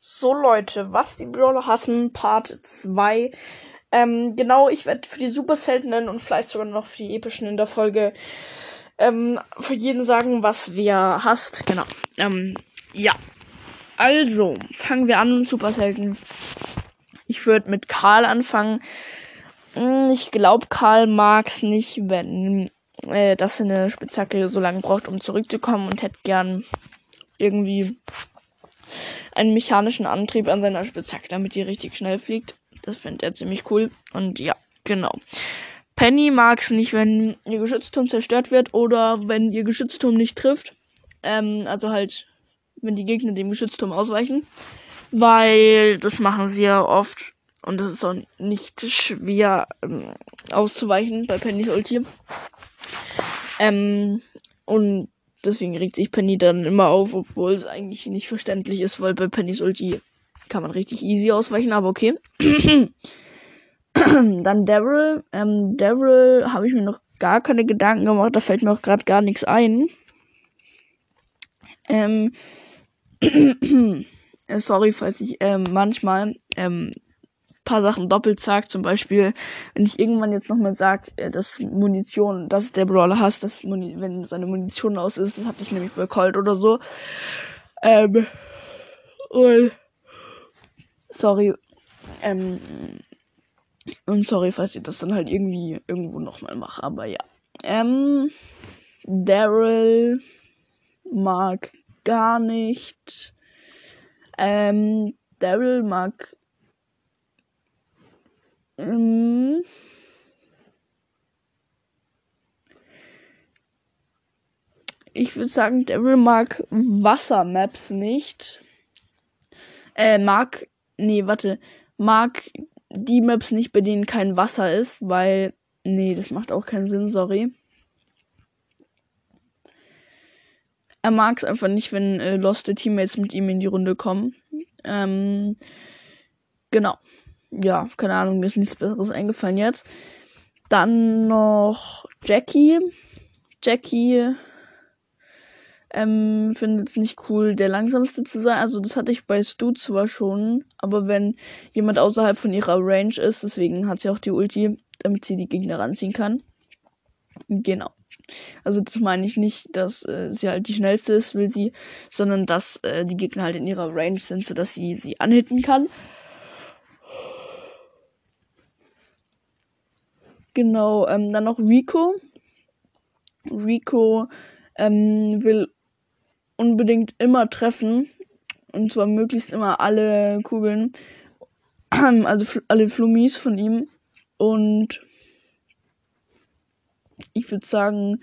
So Leute, was die Brawler hassen, Part 2. Genau, ich werde für die super seltenen und vielleicht sogar noch für die epischen in der Folge für jeden sagen, was wer hasst. Genau. Ja. Also, fangen wir an, super selten. Ich würde mit Karl anfangen. Ich glaube, Karl mag's nicht, wenn dass eine Spitzhacke so lange braucht, um zurückzukommen, und hätte gern irgendwie einen mechanischen Antrieb an seiner Spitzhacke, damit die richtig schnell fliegt. Das fände er ziemlich cool. Und ja, genau. Penny mag's nicht, wenn ihr Geschützturm zerstört wird oder wenn ihr Geschützturm nicht trifft. Also halt, wenn die Gegner dem Geschützturm ausweichen. Weil das machen sie ja oft. Und das ist auch nicht schwer auszuweichen bei Pennys Ulti. Und deswegen regt sich Penny dann immer auf, obwohl es eigentlich nicht verständlich ist, weil bei Pennys Ulti kann man richtig easy ausweichen, aber okay. Dann Daryl. Daryl habe ich mir noch gar keine Gedanken gemacht, da fällt mir auch gerade gar nichts ein. Sorry, falls ich manchmal paar Sachen doppelt sag. Zum Beispiel, wenn ich irgendwann jetzt nochmal sag, dass Munition, dass der Brawler hasst, dass wenn seine Munition aus ist, das hatte ich nämlich bei Colt oder so. Und sorry. Und sorry, falls ich das dann halt irgendwie irgendwo nochmal mache, aber ja. Daryl mag gar nicht. Daryl mag ich würde sagen, Daryl mag Wassermaps nicht. Mag die Maps nicht, bei denen kein Wasser ist, weil, das macht auch keinen Sinn, sorry. Er mag es einfach nicht, wenn loste Teammates mit ihm in die Runde kommen. Genau. Ja, keine Ahnung, mir ist nichts Besseres eingefallen jetzt. Dann noch Jackie. Jackie findet es nicht cool, der Langsamste zu sein. Also das hatte ich bei Stu zwar schon, aber wenn jemand außerhalb von ihrer Range ist, deswegen hat sie auch die Ulti, damit sie die Gegner ranziehen kann. Genau. Also das meine ich nicht, dass sie halt die schnellste ist, will sie, sondern dass die Gegner halt in ihrer Range sind, sodass sie anhitten kann. Genau, dann noch Rico. Rico will unbedingt immer treffen. Und zwar möglichst immer alle Kugeln. Also alle Flummis von ihm. Und ich würde sagen,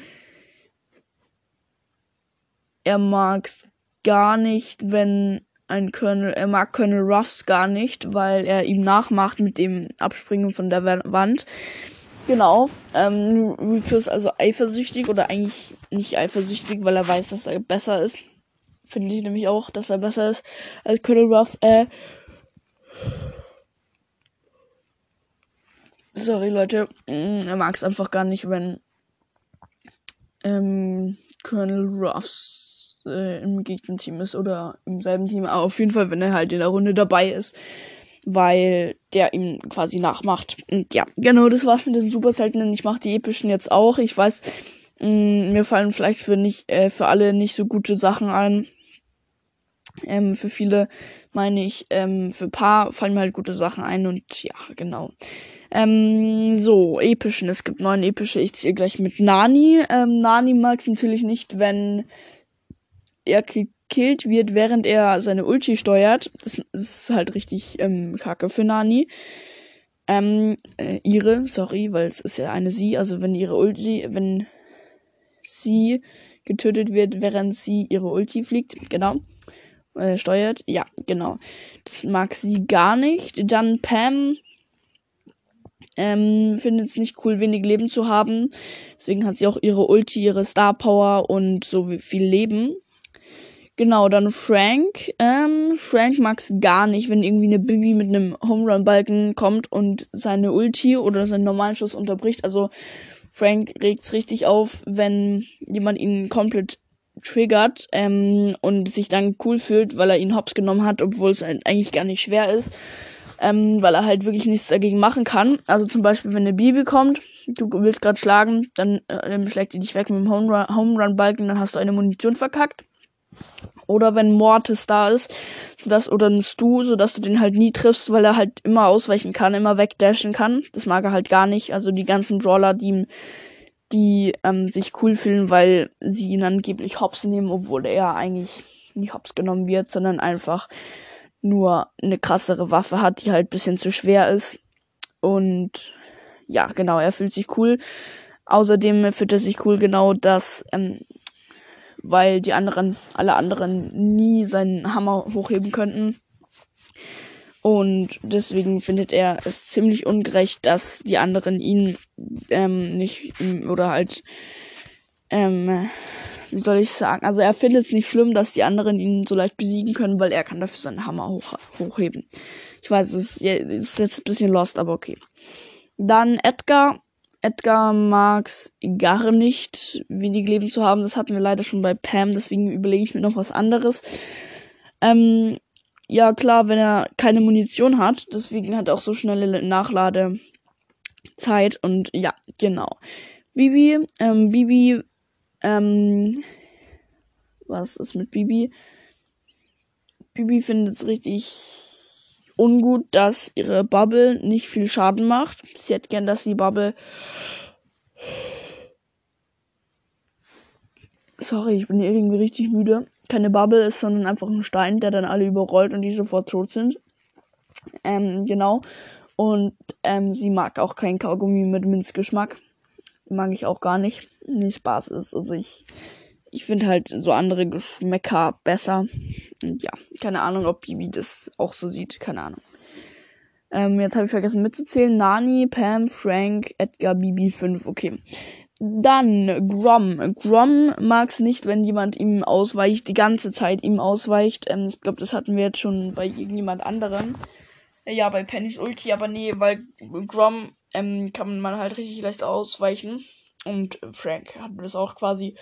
er mag's gar nicht, wenn er mag Colonel Ruffs gar nicht, weil er ihm nachmacht mit dem Abspringen von der Wand. Genau. Rico ist also eifersüchtig, oder eigentlich nicht eifersüchtig, weil er weiß, dass er besser ist. Finde ich nämlich auch, dass er besser ist als Colonel Ruffs. Sorry, Leute. Er mag es einfach gar nicht, wenn Colonel Ruffs im Gegnerteam ist oder im selben Team. Aber auf jeden Fall, wenn er halt in der Runde dabei ist, weil der ihm quasi nachmacht. Und ja, genau, das war's mit den super seltenen. Ich mache die epischen jetzt auch. Ich weiß, mir fallen vielleicht für alle nicht so gute Sachen ein. Für viele meine ich, für ein paar fallen mir halt gute Sachen ein und ja, genau. So, epischen. Es gibt 9 epische. Ich ziehe gleich mit Nani. Nani mag es natürlich nicht, wenn er gekillt wird, während er seine Ulti steuert. Das ist halt richtig kacke für Nani. Weil es ist ja eine sie, also wenn sie getötet wird, während sie ihre Ulti fliegt, genau, steuert, ja, genau. Das mag sie gar nicht. Dann Pam findet es nicht cool, wenig Leben zu haben. Deswegen hat sie auch ihre Ulti, ihre Star Power und so viel Leben. Genau, dann Frank. Frank mag es gar nicht, wenn irgendwie eine Bibi mit einem Home Run Balken kommt und seine Ulti oder seinen normalen Schuss unterbricht. Also Frank regt's richtig auf, wenn jemand ihn komplett triggert und sich dann cool fühlt, weil er ihn hops genommen hat, obwohl es halt eigentlich gar nicht schwer ist, weil er halt wirklich nichts dagegen machen kann. Also zum Beispiel, wenn eine Bibi kommt, du willst gerade schlagen, dann schlägt die dich weg mit dem Home Run Balken, dann hast du eine Munition verkackt. Oder wenn Mortis da ist, oder ein Stu, sodass du den halt nie triffst, weil er halt immer ausweichen kann, immer wegdashen kann. Das mag er halt gar nicht. Also die ganzen Brawler, die sich cool fühlen, weil sie ihn angeblich hops nehmen, obwohl er eigentlich nicht hops genommen wird, sondern einfach nur eine krassere Waffe hat, die halt ein bisschen zu schwer ist. Und ja, genau, er fühlt sich cool. Außerdem fühlt er sich cool, genau das, weil alle anderen nie seinen Hammer hochheben könnten. Und deswegen findet er es ziemlich ungerecht, dass die anderen ihn nicht, oder halt, wie soll ich sagen, also er findet es nicht schlimm, dass die anderen ihn so leicht besiegen können, weil er kann dafür seinen Hammer hochheben. Ich weiß, es ist jetzt ein bisschen lost, aber okay. Dann Edgar. Edgar mag's gar nicht, wenig Leben zu haben. Das hatten wir leider schon bei Pam, deswegen überlege ich mir noch was anderes. Ja, klar, wenn er keine Munition hat, deswegen hat er auch so schnelle Nachladezeit und ja, genau. Bibi, was ist mit Bibi? Bibi findet es richtig ungut, dass ihre Bubble nicht viel Schaden macht. Sie hätte gern, dass die Bubble... Sorry, ich bin irgendwie richtig müde. Keine Bubble ist, sondern einfach ein Stein, der dann alle überrollt und die sofort tot sind. Genau. Und sie mag auch kein Kaugummi mit Minzgeschmack. Mag ich auch gar nicht. Nee, Spaß ist. Also ich finde halt so andere Geschmäcker besser. Und ja, keine Ahnung, ob Bibi das auch so sieht. Keine Ahnung. Jetzt habe ich vergessen mitzuzählen. Nani, Pam, Frank, Edgar, Bibi, 5. Okay. Dann Grom. Grom mag es nicht, wenn jemand ihm ausweicht, die ganze Zeit ihm ausweicht. Ich glaube, das hatten wir jetzt schon bei irgendjemand anderem. Ja, bei Pennys Ulti, aber nee, weil Grom kann man halt richtig leicht ausweichen. Und Frank hat das auch quasi.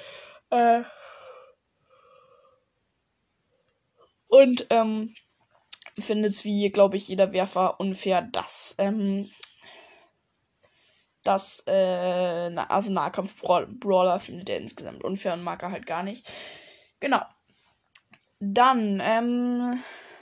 Und findet es wie, glaube ich, jeder Werfer unfair, dass Nahkampf-Brawler findet er insgesamt unfair und mag er halt gar nicht. Genau. Dann,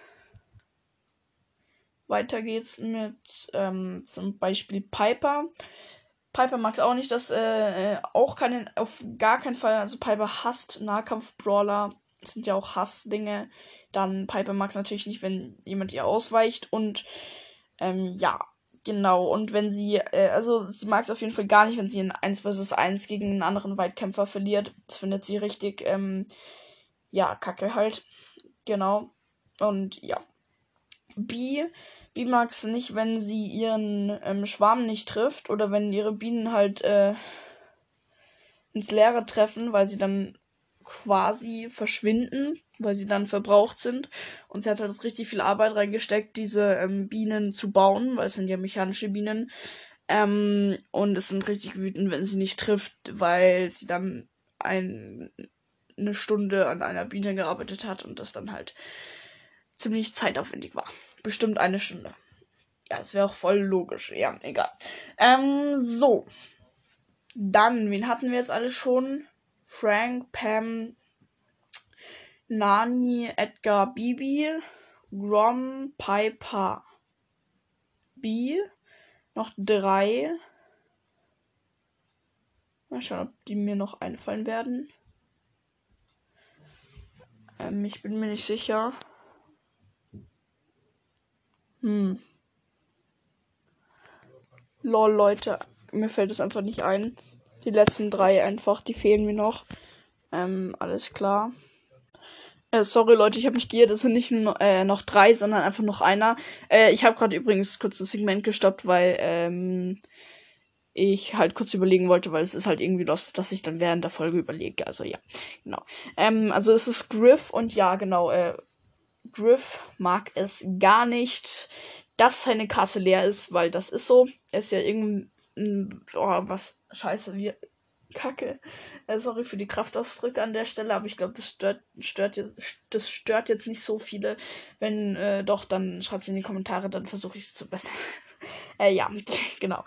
weiter geht's mit zum Beispiel Piper. Piper mag es auch nicht, dass auf gar keinen Fall, also Piper hasst Nahkampf-Brawler. Das sind ja auch Hassdinge. Dann Piper mag es natürlich nicht, wenn jemand ihr ausweicht. Und ja, genau. Und wenn sie, sie mag es auf jeden Fall gar nicht, wenn sie in 1 vs 1 gegen einen anderen Weitkämpfer verliert. Das findet sie richtig, kacke halt. Genau. Und ja. Bee mag es nicht, wenn sie ihren Schwarm nicht trifft oder wenn ihre Bienen halt ins Leere treffen, weil sie dann quasi verschwinden, weil sie dann verbraucht sind. Und sie hat halt richtig viel Arbeit reingesteckt, diese Bienen zu bauen, weil es sind ja mechanische Bienen. Und es sind richtig wütend, wenn sie nicht trifft, weil sie dann eine Stunde an einer Biene gearbeitet hat und das dann halt ziemlich zeitaufwendig war. Bestimmt eine Stunde. Ja, es wäre auch voll logisch. Ja, egal. So. Dann, wen hatten wir jetzt alle schon? Frank, Pam, Nani, Edgar, Bibi, Grom, Piper, B. Noch 3. Mal schauen, ob die mir noch einfallen werden. Ich bin mir nicht sicher. Lol, Leute. Mir fällt es einfach nicht ein. Die letzten 3 einfach, die fehlen mir noch. Alles klar. Sorry, Leute, ich habe mich geirrt. Es sind nicht nur noch 3, sondern einfach noch einer. Ich habe gerade übrigens kurz das Segment gestoppt, weil ich halt kurz überlegen wollte, weil es ist halt irgendwie lost, dass ich dann während der Folge überlege. Also ja, genau. Also es ist Griff und ja, genau. Griff mag es gar nicht, dass seine Kasse leer ist, weil das ist so. Er ist ja was scheiße, Kacke. Sorry für die Kraftausdrücke an der Stelle, aber ich glaube, das stört jetzt nicht so viele. Wenn doch, dann schreibt es in die Kommentare, dann versuche ich es zu bessern. Ja, genau.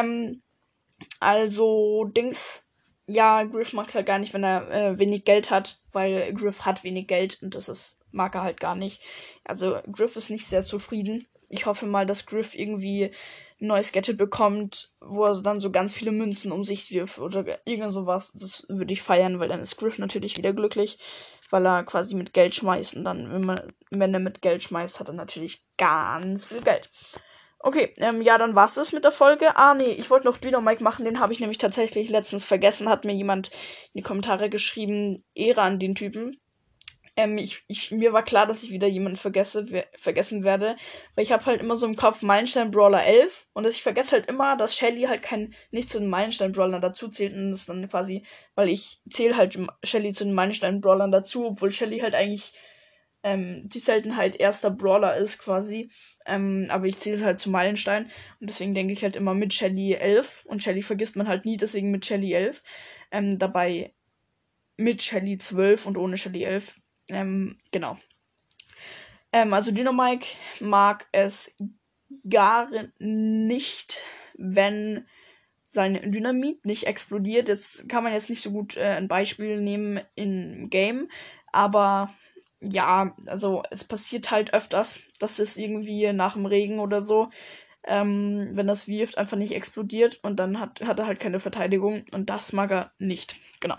Also, ja, Griff mag es halt gar nicht, wenn er wenig Geld hat, weil Griff hat wenig Geld und mag er halt gar nicht. Also, Griff ist nicht sehr zufrieden. Ich hoffe mal, dass Griff irgendwie ein neues Gadget bekommt, wo er dann so ganz viele Münzen um sich wirft oder irgend sowas. Das würde ich feiern, weil dann ist Griff natürlich wieder glücklich, weil er quasi mit Geld schmeißt und dann, wenn er mit Geld schmeißt, hat er natürlich ganz viel Geld. Okay, ja, dann war's das mit der Folge. Nee, ich wollte noch Dynamike machen, den habe ich nämlich tatsächlich letztens vergessen, hat mir jemand in die Kommentare geschrieben, Ehre an den Typen. Mir war klar, dass ich wieder jemanden vergessen werde, weil ich habe halt immer so im Kopf Meilenstein Brawler 11 und ich vergesse halt immer, dass Shelly halt nicht zu den Meilenstein Brawlern dazu zählt und das dann quasi, weil ich zähle halt Shelly zu den Meilenstein Brawlern dazu, obwohl Shelly halt eigentlich die Seltenheit erster Brawler ist quasi, aber ich zähle es halt zu Meilenstein und deswegen denke ich halt immer mit Shelly 11 und Shelly vergisst man halt nie, deswegen mit Shelly 11, dabei mit Shelly 12 und ohne Shelly 11. Genau. Also Dynamike mag es gar nicht, wenn sein Dynamit nicht explodiert. Das kann man jetzt nicht so gut ein Beispiel nehmen in Game, aber ja, also es passiert halt öfters, dass es irgendwie nach dem Regen oder so, wenn das wirft, einfach nicht explodiert und dann hat er halt keine Verteidigung und das mag er nicht. Genau.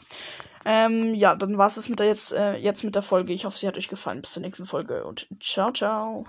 Ja, dann war es jetzt mit der Folge. Ich hoffe, sie hat euch gefallen. Bis zur nächsten Folge und ciao, ciao.